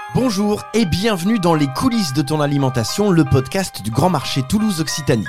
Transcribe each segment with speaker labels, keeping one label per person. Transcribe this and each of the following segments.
Speaker 1: Bonjour et bienvenue dans les coulisses de ton alimentation, le podcast du Grand Marché Toulouse-Occitanie.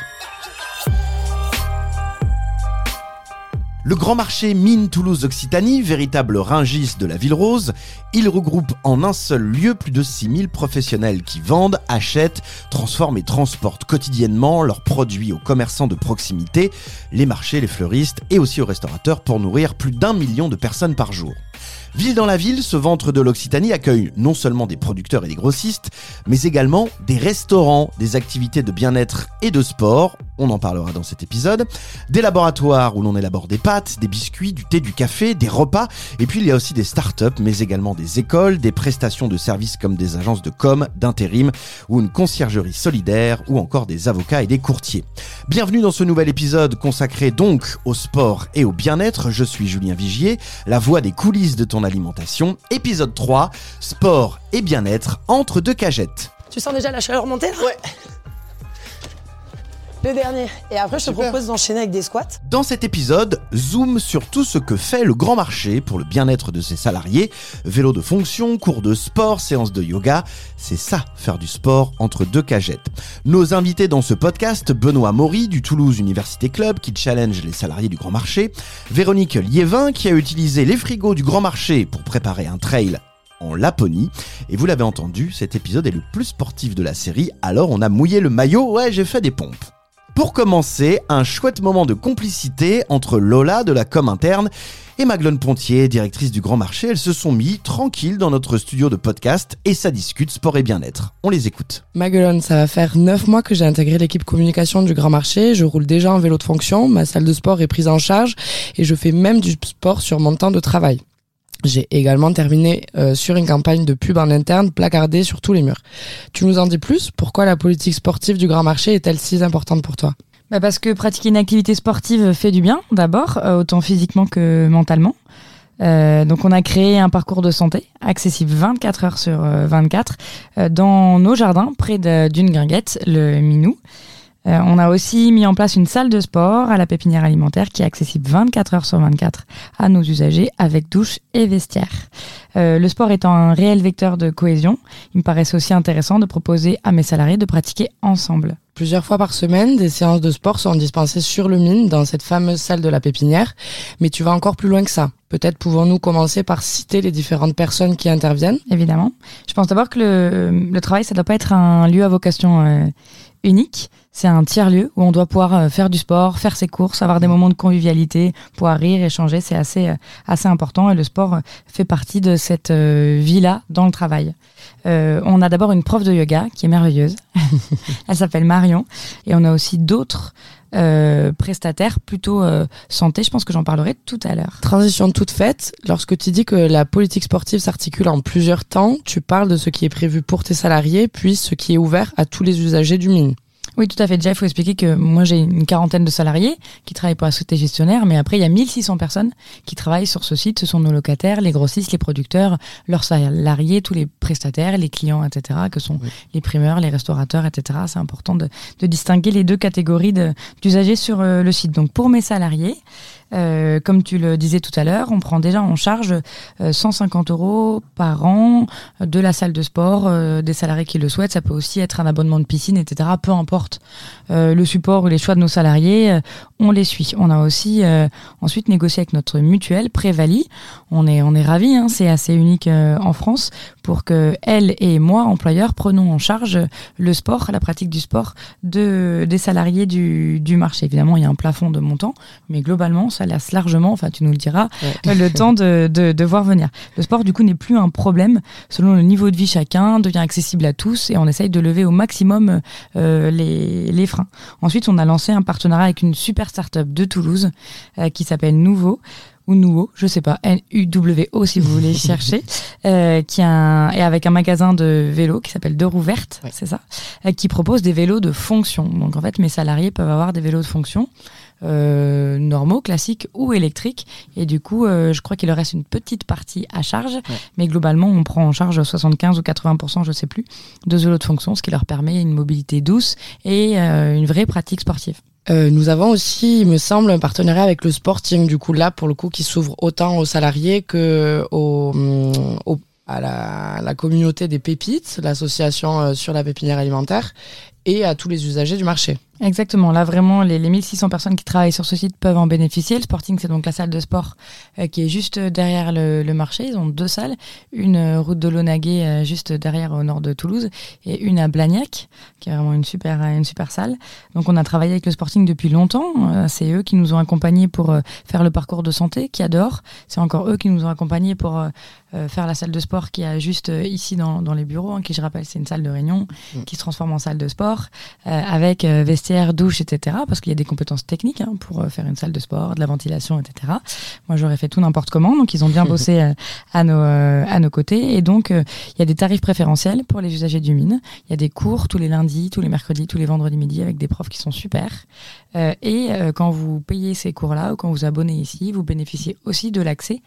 Speaker 1: Le Grand Marché Mines Toulouse-Occitanie, véritable Rungis de la Ville Rose, il regroupe en un seul lieu plus de 6000 professionnels qui vendent, achètent, transforment et transportent quotidiennement leurs produits aux commerçants de proximité, les marchés, les fleuristes et aussi aux restaurateurs pour nourrir plus d'1 million de personnes par jour. Ville dans la ville, ce ventre de l'Occitanie accueille non seulement des producteurs et des grossistes, mais également des restaurants, des activités de bien-être et de sport, on en parlera dans cet épisode, des laboratoires où l'on élabore des pâtes, des biscuits, du thé, du café, des repas, et puis il y a aussi des start-up, mais également des écoles, des prestations de services comme des agences de com, d'intérim, ou une conciergerie solidaire, ou encore des avocats et des courtiers. Bienvenue dans ce nouvel épisode consacré donc au sport et au bien-être. Je suis Julien Vigier, la voix des coulisses de ton alimentation. Épisode 3, sport et bien-être entre deux cagettes.
Speaker 2: Tu sens déjà la chaleur monter là ?
Speaker 3: Ouais.
Speaker 2: Le dernier. Et après, je te propose d'enchaîner avec des squats.
Speaker 1: Dans cet épisode, zoom sur tout ce que fait le Grand Marché pour le bien-être de ses salariés. Vélo de fonction, cours de sport, séances de yoga. C'est ça, faire du sport entre deux cagettes. Nos invités dans ce podcast, Benoît Maury du Toulouse Université Club qui challenge les salariés du Grand Marché. Véronique Liévin qui a utilisé les frigos du Grand Marché pour préparer un trail en Laponie. Et vous l'avez entendu, cet épisode est le plus sportif de la série. Alors on a mouillé le maillot, ouais, j'ai fait des pompes. Pour commencer, un chouette moment de complicité entre Lola de la com interne et Maglone Pontier, directrice du Grand Marché. Elles se sont mis tranquilles dans notre studio de podcast et ça discute sport et bien-être. On les écoute.
Speaker 4: Maglone, ça va faire 9 mois que j'ai intégré l'équipe communication du Grand Marché. Je roule déjà en vélo de fonction, ma salle de sport est prise en charge et je fais même du sport sur mon temps de travail. J'ai également terminé sur une campagne de pub en interne placardée sur tous les murs. Tu nous en dis plus ? Pourquoi la politique sportive du Grand Marché est-elle si importante pour toi ?
Speaker 5: Parce que pratiquer une activité sportive fait du bien, d'abord, autant physiquement que mentalement. Donc on a créé un parcours de santé accessible 24 heures sur 24 dans nos jardins, près d'une guinguette, le Minou. On a aussi mis en place une salle de sport à la pépinière alimentaire qui est accessible 24 heures sur 24 à nos usagers avec douche et vestiaire. Le sport étant un réel vecteur de cohésion, il me paraissait aussi intéressant de proposer à mes salariés de pratiquer ensemble.
Speaker 4: Plusieurs fois par semaine, des séances de sport sont dispensées sur le Mine, dans cette fameuse salle de la pépinière. Mais tu vas encore plus loin que ça. Peut-être pouvons-nous commencer par citer les différentes personnes qui interviennent ?
Speaker 5: Évidemment. Je pense d'abord que le travail, ça doit pas être un lieu à vocation unique. C'est un tiers-lieu où on doit pouvoir faire du sport, faire ses courses, avoir des moments de convivialité, pouvoir rire, échanger. C'est assez important et le sport fait partie de cette vie-là dans le travail. On a d'abord une prof de yoga qui est merveilleuse. Elle s'appelle Marion. Et on a aussi d'autres prestataires plutôt santé. Je pense que j'en parlerai tout à l'heure.
Speaker 4: Transition toute faite. Lorsque tu dis que la politique sportive s'articule en plusieurs temps, tu parles de ce qui est prévu pour tes salariés, puis ce qui est ouvert à tous les usagers du Mine.
Speaker 5: Oui, tout à fait. Déjà, il faut expliquer que moi, j'ai une quarantaine de salariés qui travaillent pour la société gestionnaire, mais après, il y a 1600 personnes qui travaillent sur ce site. Ce sont nos locataires, les grossistes, les producteurs, leurs salariés, tous les prestataires, les clients, etc., que sont les primeurs, les restaurateurs, etc. C'est important de distinguer les deux catégories d'usagers sur le site. Donc, pour mes salariés, comme tu le disais tout à l'heure, on prend déjà en charge 150 € par an de la salle de sport des salariés qui le souhaitent. Ça peut aussi être un abonnement de piscine, etc. Peu importe le support ou les choix de nos salariés, on les suit. On a aussi ensuite négocié avec notre mutuelle Prévali. On est ravis, hein, c'est assez unique en France pour que elle et moi, employeurs, prenons en charge le sport, la pratique du sport des salariés du marché. Évidemment, il y a un plafond de montant, mais globalement, ça laisse largement, enfin tu nous le diras, le temps de voir venir. Le sport du coup n'est plus un problème selon le niveau de vie chacun, devient accessible à tous et on essaye de lever au maximum les freins. Ensuite on a lancé un partenariat avec une super start-up de Toulouse qui s'appelle Nouveau ou Nouveau, je sais pas, N-U-W-O si vous voulez chercher, et avec un magasin de vélos qui s'appelle Deux Roues Vertes, c'est ça, qui propose des vélos de fonction. Donc en fait mes salariés peuvent avoir des vélos de fonction normaux, classiques ou électriques. Et du coup, je crois qu'il leur reste une petite partie à charge. Ouais. Mais globalement, on prend en charge 75 ou 80%, je sais plus, de vélos de fonction, ce qui leur permet une mobilité douce et une vraie pratique sportive.
Speaker 4: Nous avons aussi, il me semble, un partenariat avec le Sporting, du coup là, pour le coup, qui s'ouvre autant aux salariés que à la communauté des pépites, l'association sur la pépinière alimentaire, et à tous les usagers du marché.
Speaker 5: Exactement. Là, vraiment, les 1600 personnes qui travaillent sur ce site peuvent en bénéficier. Le Sporting, c'est donc la salle de sport qui est juste derrière le marché. Ils ont 2 salles. Une route de Launaguet, juste derrière au nord de Toulouse, et une à Blagnac, qui est vraiment une super salle. Donc, on a travaillé avec le Sporting depuis longtemps. C'est eux qui nous ont accompagnés pour faire le parcours de santé qu'il y a dehors. C'est encore eux qui nous ont accompagnés pour faire la salle de sport qui est juste ici dans les bureaux, qui, je rappelle, c'est une salle de réunion qui se transforme en salle de sport avec vestiaire, douche, etc. Parce qu'il y a des compétences techniques pour faire une salle de sport, de la ventilation, etc. Moi, j'aurais fait tout n'importe comment, donc ils ont bien bossé à nos côtés. Et donc, il y a des tarifs préférentiels pour les usagers du mine. Il y a des cours tous les lundis, tous les mercredis, tous les vendredis midi avec des profs qui sont super. Et quand vous payez ces cours-là ou quand vous abonnez ici, vous bénéficiez aussi de l'accès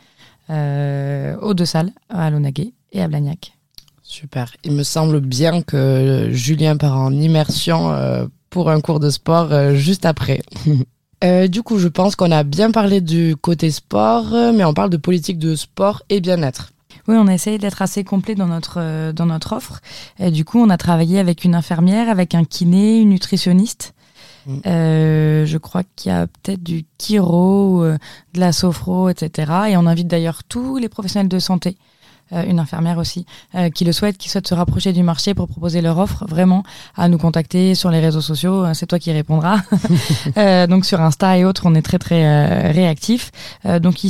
Speaker 5: aux 2 salles, à Launaguet et à Blagnac.
Speaker 4: Super. Il me semble bien que Julien part en immersion pour un cours de sport juste après. Du coup, je pense qu'on a bien parlé du côté sport, mais on parle de politique de sport et bien-être.
Speaker 5: Oui, on a essayé d'être assez complet dans notre offre. Et du coup, on a travaillé avec une infirmière, avec un kiné, une nutritionniste. Je crois qu'il y a peut-être du chiro, de la sophro, etc. Et on invite d'ailleurs tous les professionnels de santé, une infirmière aussi, qui souhaitent se rapprocher du marché pour proposer leur offre, vraiment à nous contacter sur les réseaux sociaux. C'est toi qui répondras. Donc sur Insta et autres, on est très très réactifs. Donc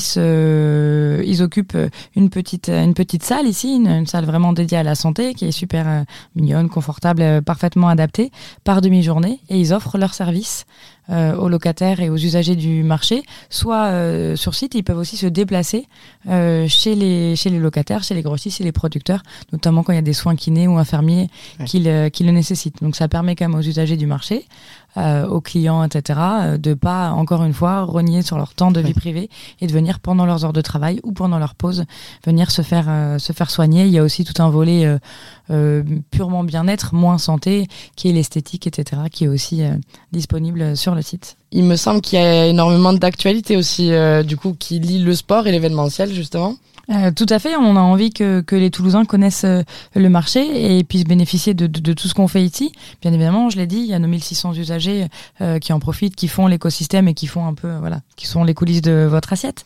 Speaker 5: ils occupent une petite salle ici, une salle vraiment dédiée à la santé, qui est super mignonne, confortable, parfaitement adaptée, par demi-journée, et ils offrent leurs services aux locataires et aux usagers du marché, soit sur site. Ils peuvent aussi se déplacer chez les locataires, chez les grossistes et les producteurs, notamment quand il y a des soins kinés ou infirmiers qui le nécessitent. Donc ça permet quand même aux usagers du marché, aux clients, etc., de pas, encore une fois, rogner sur leur temps de vie privée et de venir pendant leurs heures de travail ou pendant leur pause venir se faire soigner. Il y a aussi tout un volet purement bien-être, moins santé, qui est l'esthétique, etc., qui est aussi disponible sur le site.
Speaker 4: Il me semble qu'il y a énormément d'actualités aussi, du coup, qui lient le sport et l'événementiel, justement.
Speaker 5: Tout à fait, on a envie que les Toulousains connaissent le marché et puissent bénéficier de tout ce qu'on fait ici. Bien évidemment, je l'ai dit, il y a nos 1600 usagers qui en profitent, qui font l'écosystème et qui font un peu, qui sont les coulisses de votre assiette.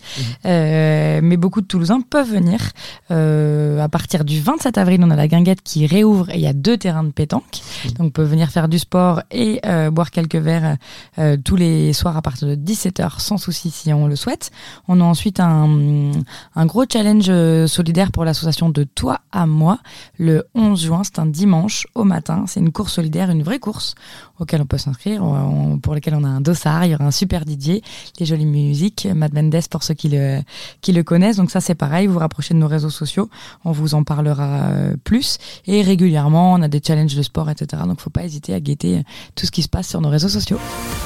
Speaker 5: Mais beaucoup de Toulousains peuvent venir. À partir du 27 avril, on a la Guinguette qui réouvre et il y a 2 terrains de pétanque. Donc, on peut venir faire du sport et boire quelques verres tous les soirs à partir de 17h sans souci si on le souhaite. On a ensuite un gros challenge solidaire pour l'association De Toi à Moi le 11 juin, c'est un dimanche au matin. C'est une course solidaire, une vraie course auquel on peut s'inscrire, pour laquelle on a un dossard, il y aura un super DJ, les jolies musiques, Matt Mendes pour ceux qui le connaissent. Donc ça c'est pareil, vous vous rapprochez de nos réseaux sociaux, on vous en parlera plus, et régulièrement on a des challenges de sport, etc. Donc faut pas hésiter à guetter tout ce qui se passe sur nos réseaux sociaux.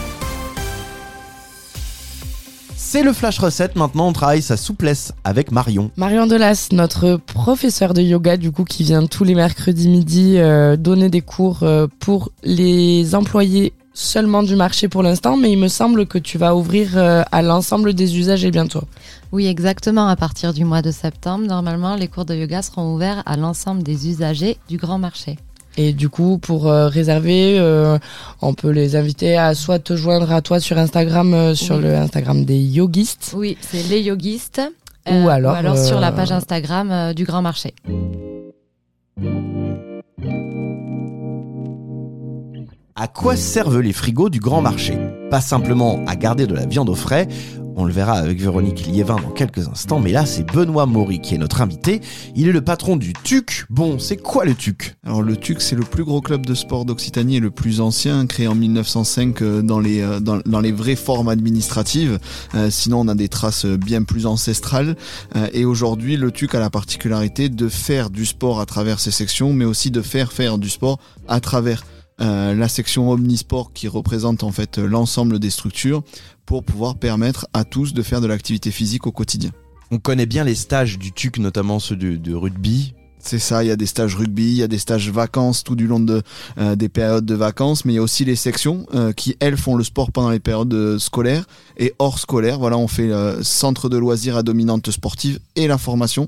Speaker 1: C'est le Flash Recette, maintenant on travaille sa souplesse avec Marion.
Speaker 4: Marion Delas, notre professeur de yoga, du coup, qui vient tous les mercredis midi donner des cours pour les employés seulement du marché pour l'instant, mais il me semble que tu vas ouvrir à l'ensemble des usagers bientôt.
Speaker 3: Oui, exactement. À partir du mois de septembre, normalement, les cours de yoga seront ouverts à l'ensemble des usagers du grand marché.
Speaker 4: Et du coup, pour réserver, on peut les inviter à soit te joindre à toi sur Instagram, sur le Instagram des yogistes.
Speaker 3: Oui, c'est les yogistes.
Speaker 4: Ou alors
Speaker 3: sur la page Instagram du Grand Marché.
Speaker 1: À quoi servent les frigos du Grand Marché ? Pas simplement à garder de la viande au frais, on le verra avec Véronique Liévin dans quelques instants, mais là c'est Benoît Maury qui est notre invité. Il est le patron du TUC. Bon, c'est quoi le TUC ?
Speaker 6: Alors le TUC, c'est le plus gros club de sport d'Occitanie et le plus ancien, créé en 1905 dans les vraies formes administratives. Sinon on a des traces bien plus ancestrales. Et aujourd'hui le TUC a la particularité de faire du sport à travers ses sections, mais aussi de faire du sport à travers la section Omnisport qui représente en fait l'ensemble des structures pour pouvoir permettre à tous de faire de l'activité physique au quotidien.
Speaker 1: On connaît bien les stages du TUC, notamment ceux de rugby.
Speaker 6: C'est ça, il y a des stages rugby, il y a des stages vacances tout du long des périodes de vacances, mais il y a aussi les sections qui, elles, font le sport pendant les périodes scolaires et hors scolaires. Voilà, on fait centre de loisirs à dominante sportive et la formation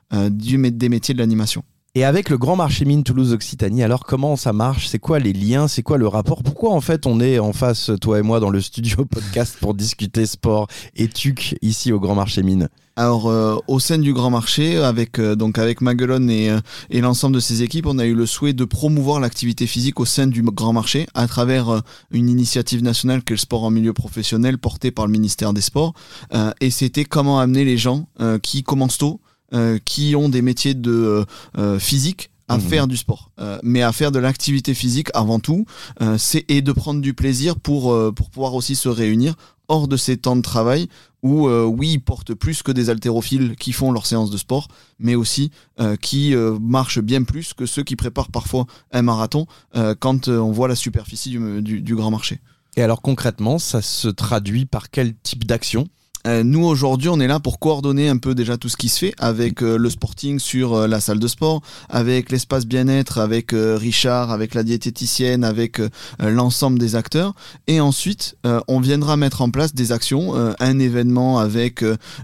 Speaker 6: des métiers de l'animation.
Speaker 1: Et avec le Grand Marché Mines Toulouse Occitanie, alors comment ça marche ? C'est quoi les liens ? C'est quoi le rapport ? Pourquoi en fait on est en face, toi et moi, dans le studio podcast pour discuter sport et TUC ici au Grand Marché Mines ?
Speaker 6: Alors au sein du Grand Marché, avec Maguelone et l'ensemble de ses équipes, on a eu le souhait de promouvoir l'activité physique au sein du Grand Marché à travers une initiative nationale qui est le sport en milieu professionnel portée par le ministère des Sports. Et c'était comment amener les gens qui commencent tôt, qui ont des métiers de physique à faire du sport, mais à faire de l'activité physique avant tout, et de prendre du plaisir pour pouvoir aussi se réunir hors de ces temps de travail où oui, ils portent plus que des haltérophiles qui font leur séance de sport, mais aussi qui marchent bien plus que ceux qui préparent parfois un marathon quand on voit la superficie du Grand Marché.
Speaker 1: Et alors concrètement, ça se traduit par quel type d'action ?
Speaker 6: Nous aujourd'hui on est là pour coordonner un peu déjà tout ce qui se fait avec le sporting sur la salle de sport, avec l'espace bien-être, avec Richard, avec la diététicienne, avec l'ensemble des acteurs, et ensuite on viendra mettre en place des actions, un événement avec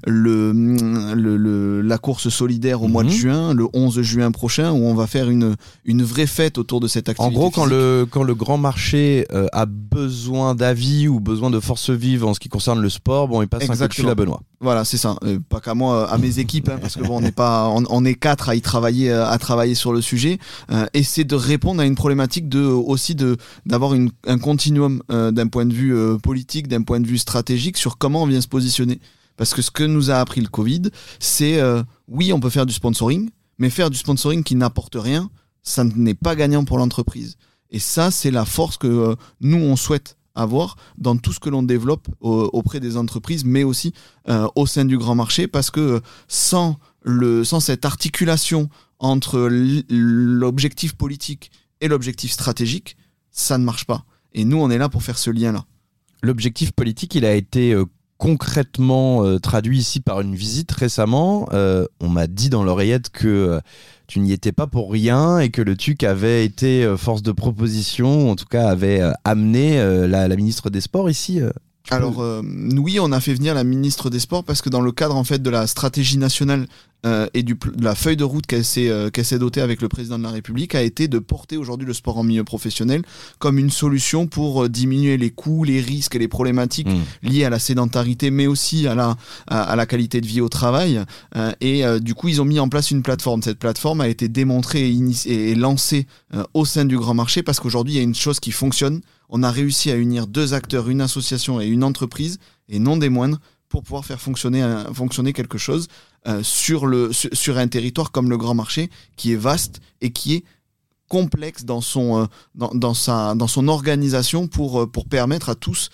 Speaker 6: la course solidaire au mois de juin, le 11 juin prochain, où on va faire une vraie fête autour de cette activité.
Speaker 1: En gros,
Speaker 6: physique.
Speaker 1: quand le Grand Marché a besoin d'avis ou besoin de force vive en ce qui concerne le sport, bon, il passe un coup de fil à Benoît.
Speaker 6: Voilà, c'est ça. Pas qu'à moi, à mes équipes, hein, parce que bon, on est 4 à y travailler, à travailler sur le sujet. Et c'est de répondre à une problématique d'avoir un continuum d'un point de vue politique, d'un point de vue stratégique sur comment on vient se positionner. Parce que ce que nous a appris le Covid, c'est oui, on peut faire du sponsoring, mais faire du sponsoring qui n'apporte rien, ça n'est pas gagnant pour l'entreprise. Et ça, c'est la force que nous, on souhaite avoir dans tout ce que l'on développe auprès des entreprises, mais aussi au sein du Grand Marché, parce que sans cette articulation entre l'objectif politique et l'objectif stratégique, ça ne marche pas. Et nous, on est là pour faire ce lien-là.
Speaker 1: L'objectif politique, il a été concrètement traduit ici par une visite récemment. On m'a dit dans l'oreillette que tu n'y étais pas pour rien et que le TUC avait été force de proposition, en tout cas avait amené la ministre des Sports ici.
Speaker 6: Alors oui, on a fait venir la ministre des Sports parce que dans le cadre en fait de la stratégie nationale et de la feuille de route qu'elle s'est dotée avec le président de la République a été de porter aujourd'hui le sport en milieu professionnel comme une solution pour diminuer les coûts, les risques et les problématiques liées à la sédentarité, mais aussi à la qualité de vie au travail. Du coup, ils ont mis en place une plateforme. Cette plateforme a été démontrée et lancée au sein du Grand Marché parce qu'aujourd'hui, il y a une chose qui fonctionne. On a réussi à unir 2 acteurs, une association et une entreprise, et non des moindres, pour pouvoir faire fonctionner quelque chose sur un territoire comme le Grand Marché, qui est vaste et qui est complexe dans son organisation pour permettre à tous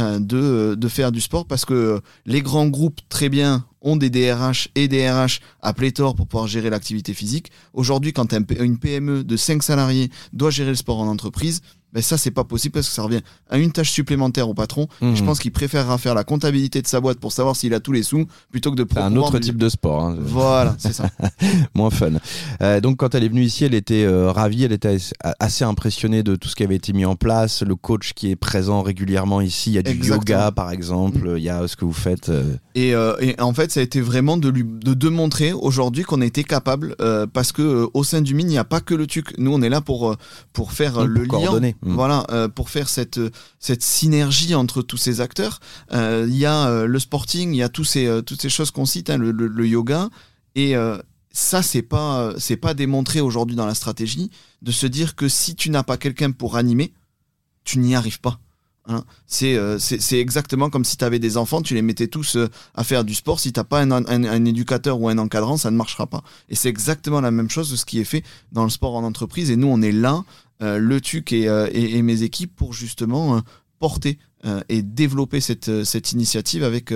Speaker 6: de faire du sport, parce que les grands groupes, très bien, ont des DRH et des RH à pléthore pour pouvoir gérer l'activité physique. Aujourd'hui, quand une PME de 5 salariés doit gérer le sport en entreprise, ben ça, c'est pas possible parce que ça revient à une tâche supplémentaire au patron. Je pense qu'il préférera faire la comptabilité de sa boîte pour savoir s'il a tous les sous plutôt que de
Speaker 1: pouvoir... C'est un autre type de sport. Hein.
Speaker 6: Voilà, c'est ça.
Speaker 1: Moins fun. Donc, quand elle est venue ici, elle était ravie, elle était assez impressionnée de tout ce qui avait été mis en place. Le coach qui est présent régulièrement ici, il y a du yoga, par exemple, il y a ce que vous faites.
Speaker 6: Et en fait, ça a été vraiment de démontrer aujourd'hui qu'on était capable, parce que au sein du MIN, il n'y a pas que le TUC. Nous, on est là pour faire le lien.
Speaker 1: Coordonner.
Speaker 6: Voilà, pour faire cette synergie entre tous ces acteurs. Il y a le sporting, il y a toutes ces choses qu'on cite, hein, le yoga, et ça, c'est pas démontré aujourd'hui dans la stratégie, de se dire que si tu n'as pas quelqu'un pour animer, tu n'y arrives pas. Hein. C'est exactement comme si tu avais des enfants, tu les mettais tous à faire du sport. Si tu n'as pas un éducateur ou un encadrant, ça ne marchera pas. Et c'est exactement la même chose de ce qui est fait dans le sport en entreprise. Et nous, on est là, le TUC et mes équipes, pour justement porter et développer cette initiative avec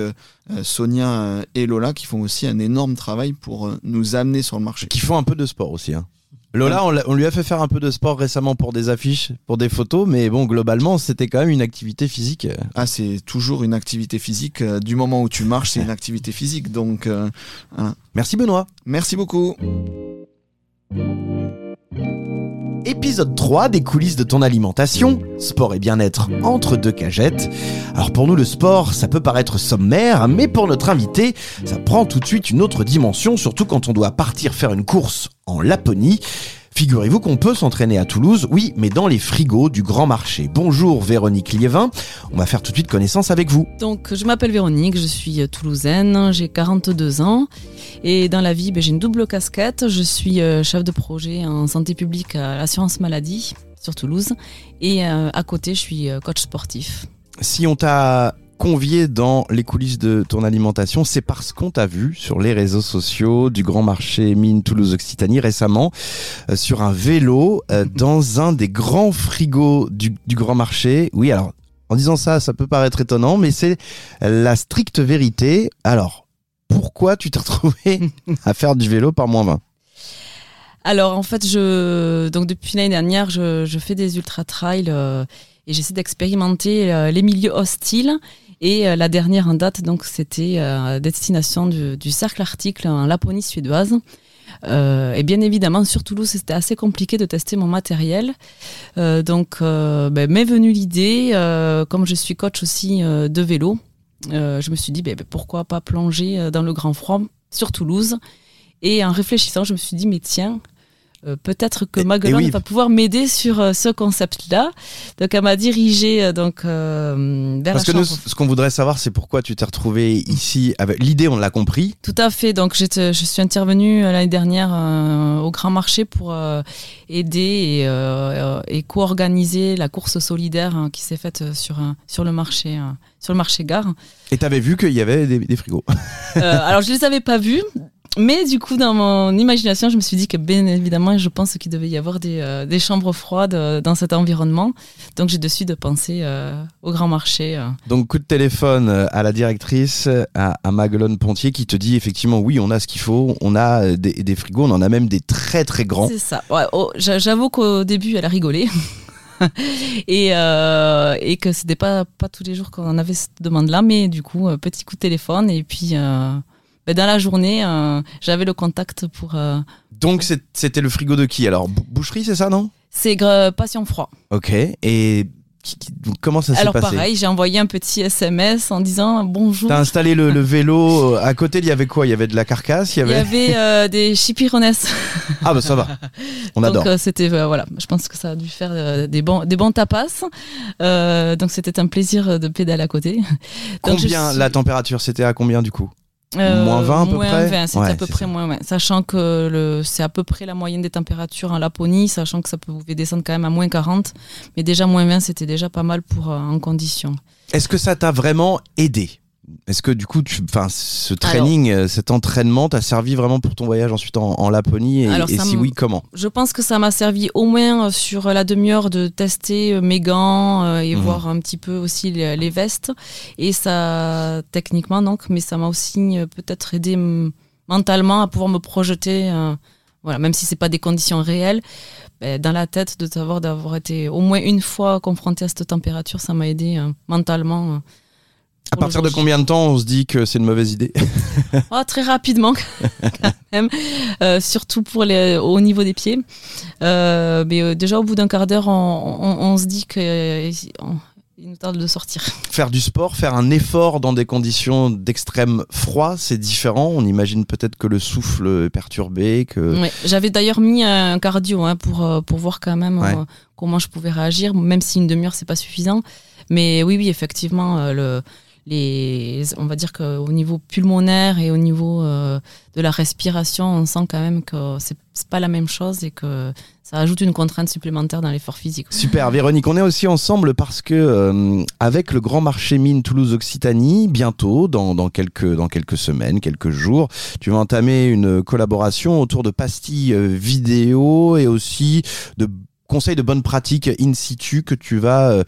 Speaker 6: Sonia et Lola, qui font aussi un énorme travail pour nous amener sur le marché.
Speaker 1: Qui font un peu de sport aussi, hein. Lola, on lui a fait faire un peu de sport récemment pour des affiches, pour des photos, mais bon, globalement, c'était quand même une activité physique.
Speaker 6: Ah, c'est toujours une activité physique. Du moment où tu marches, c'est une activité physique. Donc,
Speaker 1: Merci Benoît.
Speaker 6: Merci beaucoup.
Speaker 1: Épisode 3 des coulisses de ton alimentation, sport et bien-être entre deux cagettes. Alors pour nous le sport, ça peut paraître sommaire, mais pour notre invité, ça prend tout de suite une autre dimension, surtout quand on doit partir faire une course en Laponie. Figurez-vous qu'on peut s'entraîner à Toulouse, oui, mais dans les frigos du Grand Marché. Bonjour Véronique Liévin, on va faire tout de suite connaissance avec vous.
Speaker 7: Donc je m'appelle Véronique, je suis toulousaine, j'ai 42 ans et dans la vie j'ai une double casquette. Je suis chef de projet en santé publique à l'assurance maladie sur Toulouse et à côté je suis coach sportif.
Speaker 1: Si on t'a convié dans les coulisses de ton alimentation, c'est parce qu'on t'a vu sur les réseaux sociaux du Grand Marché Mines Toulouse Occitanie récemment sur un vélo dans un des grands frigos du Grand Marché. Oui, alors en disant ça, ça peut paraître étonnant, mais c'est la stricte vérité. Alors, pourquoi tu t'es retrouvé à faire du vélo par -20 ?
Speaker 7: Alors en fait, donc depuis l'année dernière, je fais des ultra-trails et j'essaie d'expérimenter les milieux hostiles. Et la dernière en date, donc, c'était à destination du cercle arctique en Laponie suédoise. Et bien évidemment, sur Toulouse, c'était assez compliqué de tester mon matériel. Donc, m'est venue l'idée, comme je suis coach aussi de vélo, je me suis dit, pourquoi pas plonger dans le grand froid sur Toulouse. Et en réfléchissant, je me suis dit, mais tiens, peut-être que Maguelone va pouvoir m'aider sur ce concept-là. Donc, elle m'a dirigée vers
Speaker 1: Parce que nous, ce qu'on voudrait savoir, c'est pourquoi tu t'es retrouvée ici. Avec l'idée, on l'a compris.
Speaker 7: Tout à fait. Donc, je suis intervenue l'année dernière au Grand Marché pour aider et co-organiser la course solidaire qui s'est faite sur le marché gare.
Speaker 1: Et tu avais vu qu'il y avait des frigos.
Speaker 7: Alors, je les avais pas vus. Mais du coup, dans mon imagination, je me suis dit que bien évidemment, je pense qu'il devait y avoir des chambres froides dans cet environnement. Donc j'ai décidé de penser au Grand Marché.
Speaker 1: Donc coup de téléphone à la directrice, à Maguelone Pontier, qui te dit effectivement, oui, on a ce qu'il faut, on a des frigos, on en a même des très très grands.
Speaker 7: C'est ça. Ouais, j'avoue qu'au début, elle a rigolé. et que c'était pas tous les jours qu'on avait cette demande-là. Mais du coup, petit coup de téléphone et puis... dans la journée, j'avais le contact pour...
Speaker 1: Donc c'était le frigo de qui alors ? Boucherie, c'est ça, non ?
Speaker 7: C'est Passion Froid.
Speaker 1: Ok, et donc, comment ça s'est passé ?
Speaker 7: Alors pareil, j'ai envoyé un petit SMS en disant bonjour.
Speaker 1: T'as installé le vélo, à côté il y avait quoi ? Il y avait de la carcasse ? Il y
Speaker 7: avait des chipirones.
Speaker 1: Ah bah ça va, on adore.
Speaker 7: Donc c'était, voilà, je pense que ça a dû faire des bons tapas. Donc c'était un plaisir de pédaler à côté. Donc,
Speaker 1: combien la température ? C'était à combien du coup ? Moins 20 à peu près.
Speaker 7: 20, c'était à peu près moins 20. Sachant que c'est à peu près la moyenne des températures en Laponie, sachant que ça pouvait descendre quand même à moins 40. Mais déjà moins 20, c'était déjà pas mal pour en condition.
Speaker 1: Est-ce que ça t'a vraiment aidé ? Est-ce que du coup, ce training, cet entraînement t'a servi vraiment pour ton voyage ensuite en Laponie et si oui, comment ?
Speaker 7: Je pense que ça m'a servi au moins sur la demi-heure de tester mes gants et voir un petit peu aussi les vestes. Et ça, techniquement donc, mais ça m'a aussi peut-être aidé mentalement à pouvoir me projeter, voilà, même si c'est pas des conditions réelles. Dans la tête, d'avoir été au moins une fois confronté à cette température, ça m'a aidé mentalement.
Speaker 1: À partir de combien de temps on se dit que c'est une mauvaise idée ?
Speaker 7: Très rapidement, quand même. Surtout au niveau des pieds. Mais déjà, au bout d'un quart d'heure, on se dit qu'il nous tarde de sortir.
Speaker 1: Faire du sport, faire un effort dans des conditions d'extrême froid, c'est différent. On imagine peut-être que le souffle est perturbé.
Speaker 7: Ouais, j'avais d'ailleurs mis un cardio pour voir quand même comment je pouvais réagir, même si une demi-heure, c'est pas suffisant. Mais oui, effectivement, on va dire qu'au niveau pulmonaire et au niveau de la respiration, on sent quand même que c'est pas la même chose et que ça ajoute une contrainte supplémentaire dans l'effort physique.
Speaker 1: Super, Véronique, on est aussi ensemble parce que avec le Grand Marché Mines Toulouse Occitanie, bientôt, dans quelques semaines, quelques jours, tu vas entamer une collaboration autour de pastilles vidéo et aussi de conseils de bonnes pratiques in situ que tu vas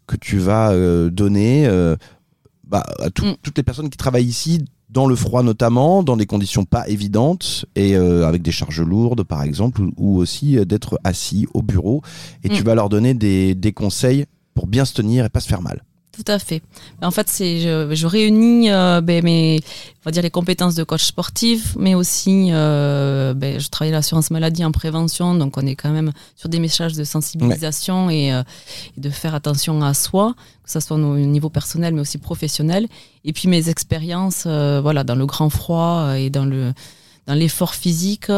Speaker 1: donner à toutes les personnes qui travaillent ici, dans le froid notamment, dans des conditions pas évidentes et avec des charges lourdes par exemple, ou aussi d'être assis au bureau et tu vas leur donner des conseils pour bien se tenir et pas se faire mal.
Speaker 7: Tout à fait. En fait, je réunis mes, on va dire, les compétences de coach sportif, mais aussi je travaille l'assurance maladie en prévention, donc on est quand même sur des messages de sensibilisation et de faire attention à soi, que ce soit au niveau personnel, mais aussi professionnel. Et puis mes expériences, dans le grand froid et dans l'effort physique,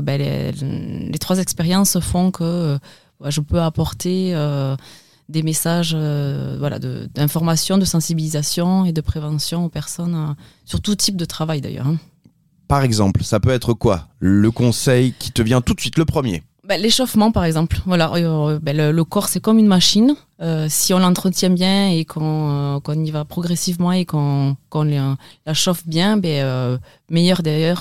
Speaker 7: les 3 expériences font que je peux apporter des messages d'information, de sensibilisation et de prévention aux personnes sur tout type de travail d'ailleurs.
Speaker 1: Par exemple, ça peut être quoi le conseil qui te vient tout de suite, le premier?
Speaker 7: L'échauffement par exemple. Voilà, le corps c'est comme une machine. Si on l'entretient bien et qu'on y va progressivement et qu'on la chauffe bien, meilleur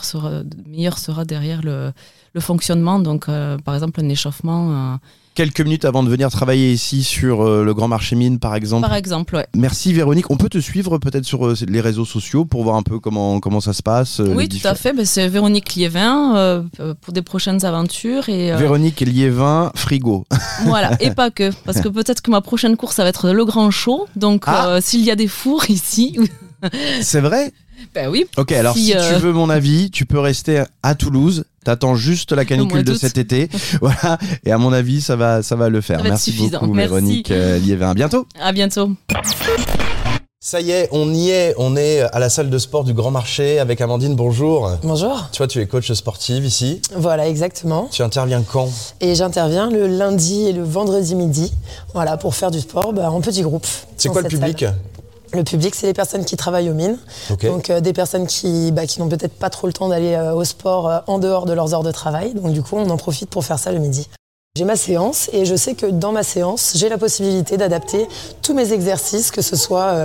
Speaker 7: sera derrière le fonctionnement. Donc par exemple un échauffement.
Speaker 1: Quelques minutes avant de venir travailler ici sur le Grand Marché Mines, par exemple.
Speaker 7: Par exemple, ouais.
Speaker 1: Merci Véronique. On peut te suivre peut-être sur les réseaux sociaux pour voir un peu comment ça se passe.
Speaker 7: Oui, tout à fait. C'est Véronique Liévin pour des prochaines aventures.
Speaker 1: Véronique Liévin, frigo.
Speaker 7: Voilà, et pas que. Parce que peut-être que ma prochaine course, ça va être le Grand Show. Donc, s'il y a des fours ici...
Speaker 1: C'est vrai ?
Speaker 7: Ben oui.
Speaker 1: Ok, alors si tu veux mon avis, tu peux rester à Toulouse. T'attends juste la canicule de cet été. Voilà. Et à mon avis, ça va le faire. Merci beaucoup, Véronique Liévin. À bientôt.
Speaker 7: À bientôt.
Speaker 1: Ça y est, on y est. On est à la salle de sport du Grand Marché avec Amandine. Bonjour.
Speaker 2: Bonjour.
Speaker 1: Toi, tu es coach sportive ici.
Speaker 2: Voilà, exactement.
Speaker 1: Tu interviens quand ?
Speaker 2: Et j'interviens le lundi et le vendredi midi. Voilà, pour faire du sport en petit groupe.
Speaker 1: C'est quoi le public ?
Speaker 2: Le public, c'est les personnes qui travaillent aux mines. Okay. Donc des personnes qui n'ont peut-être pas trop le temps d'aller au sport en dehors de leurs heures de travail. Donc du coup, on en profite pour faire ça le midi. J'ai ma séance et je sais que dans ma séance, j'ai la possibilité d'adapter tous mes exercices, que ce soit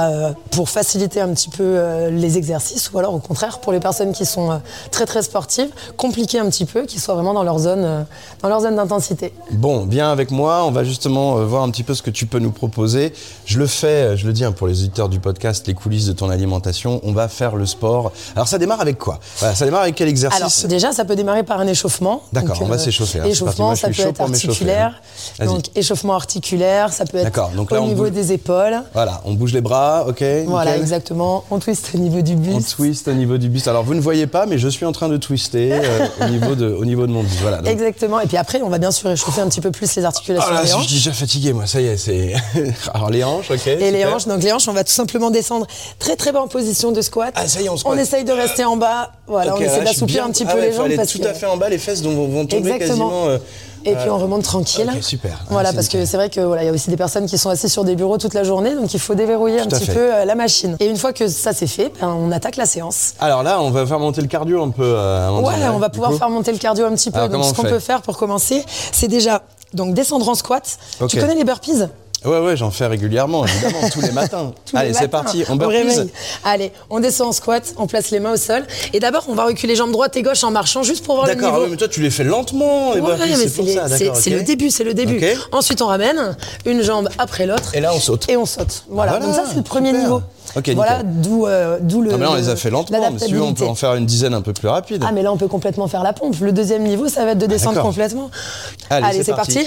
Speaker 2: pour faciliter un petit peu les exercices ou alors au contraire pour les personnes qui sont très très sportives, compliquer un petit peu, qui soient vraiment dans leur zone d'intensité.
Speaker 1: Bon, viens avec moi, on va justement voir un petit peu ce que tu peux nous proposer. Je le dis pour les auditeurs du podcast, les coulisses de ton alimentation, on va faire le sport. Alors ça démarre avec quoi ? Voilà, ça démarre avec quel exercice ?
Speaker 2: Alors déjà, ça peut démarrer par un échauffement.
Speaker 1: D'accord, on va s'échauffer.
Speaker 2: Échauffement, ça peut être articulaire, donc échauffement articulaire, ça peut être au niveau des épaules.
Speaker 1: Voilà, on bouge les bras, ok.
Speaker 2: Voilà,
Speaker 1: nickel.
Speaker 2: Exactement, on twiste au niveau du buste.
Speaker 1: On twiste au niveau du buste. Alors vous ne voyez pas, mais je suis en train de twister au niveau de mon buste. Voilà, donc.
Speaker 2: Exactement, et puis après on va bien sûr échauffer un petit peu plus les articulations des hanches.
Speaker 1: Je suis déjà fatigué moi, ça y est, c'est... Alors les hanches, ok.
Speaker 2: Et les hanches, on va tout simplement descendre très très bas en position de squat.
Speaker 1: Ah ça y est, on squatte.
Speaker 2: On essaye de rester en bas, voilà, on essaie d'assouplir un petit peu les jambes.
Speaker 1: Tout à fait en bas, les fesses vont tomber quasiment...
Speaker 2: Et puis on remonte tranquille.
Speaker 1: Ok, super.
Speaker 2: Voilà, parce que c'est vrai que y a aussi des personnes qui sont assises sur des bureaux toute la journée, donc il faut déverrouiller un petit peu la machine. Et une fois que ça c'est fait, on attaque la séance.
Speaker 1: Alors là, on va faire monter le cardio un peu.
Speaker 2: On va pouvoir faire monter le cardio un petit peu.
Speaker 1: Alors,
Speaker 2: donc ce qu'on peut faire pour commencer, c'est déjà descendre en squat.
Speaker 1: Okay.
Speaker 2: Tu connais les burpees ?
Speaker 1: Ouais, j'en fais régulièrement, évidemment, tous les matins. Allez, c'est parti, on burpees.
Speaker 2: Allez, on descend en squat, on place les mains au sol. Et d'abord, on va reculer jambes droite et gauche en marchant, juste pour voir le niveau.
Speaker 1: D'accord, mais toi, tu les fais lentement, les burpees, c'est pour ça, d'accord.
Speaker 2: C'est le début. Okay. Ensuite, on ramène une jambe après l'autre.
Speaker 1: Et là, on saute.
Speaker 2: Voilà, donc ça, c'est le premier niveau.
Speaker 1: Okay,
Speaker 2: voilà, d'où le.
Speaker 1: Ah, mais là, on les a fait lentement, mais si tu veux, on peut en faire une dizaine un peu plus rapide.
Speaker 2: Ah, mais là, on peut complètement faire la pompe. Le deuxième niveau, ça va être de descendre complètement. Allez, c'est parti.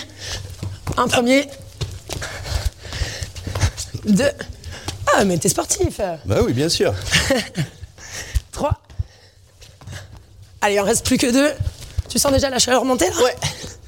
Speaker 2: Un premier. 2. Ah, mais t'es sportif.
Speaker 1: Bah oui, bien sûr.
Speaker 2: 3. Allez, il en reste plus que 2. Tu sens déjà la chaleur monter là ?
Speaker 1: Ouais.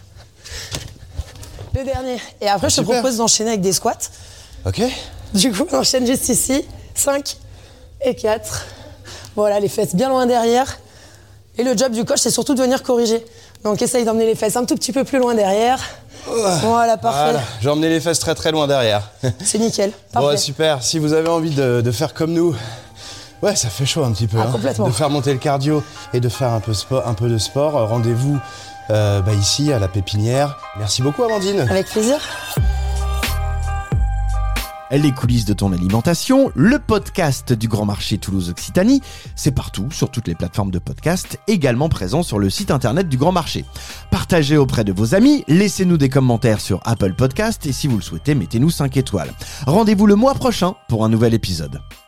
Speaker 2: Le dernier. Et après, je te propose d'enchaîner avec des squats.
Speaker 1: Ok.
Speaker 2: Du coup, on enchaîne juste ici. 5 et 4. Voilà, les fesses bien loin derrière. Et le job du coach, c'est surtout de venir corriger. Donc, essaye d'emmener les fesses un tout petit peu plus loin derrière. Voilà, parfait. Voilà.
Speaker 1: J'ai emmené les fesses très très loin derrière.
Speaker 2: C'est nickel, parfait.
Speaker 1: Bon, super. Si vous avez envie de faire comme nous, ouais, ça fait chaud un petit peu.
Speaker 2: Complètement.
Speaker 1: De faire monter le cardio et de faire un peu de sport. Rendez-vous ici à la Pépinière. Merci beaucoup, Amandine.
Speaker 2: Avec plaisir.
Speaker 1: Les coulisses de ton alimentation, le podcast du Grand Marché Toulouse-Occitanie, c'est partout, sur toutes les plateformes de podcast, également présent sur le site internet du Grand Marché. Partagez auprès de vos amis, laissez-nous des commentaires sur Apple Podcast et si vous le souhaitez, mettez-nous 5 étoiles. Rendez-vous le mois prochain pour un nouvel épisode.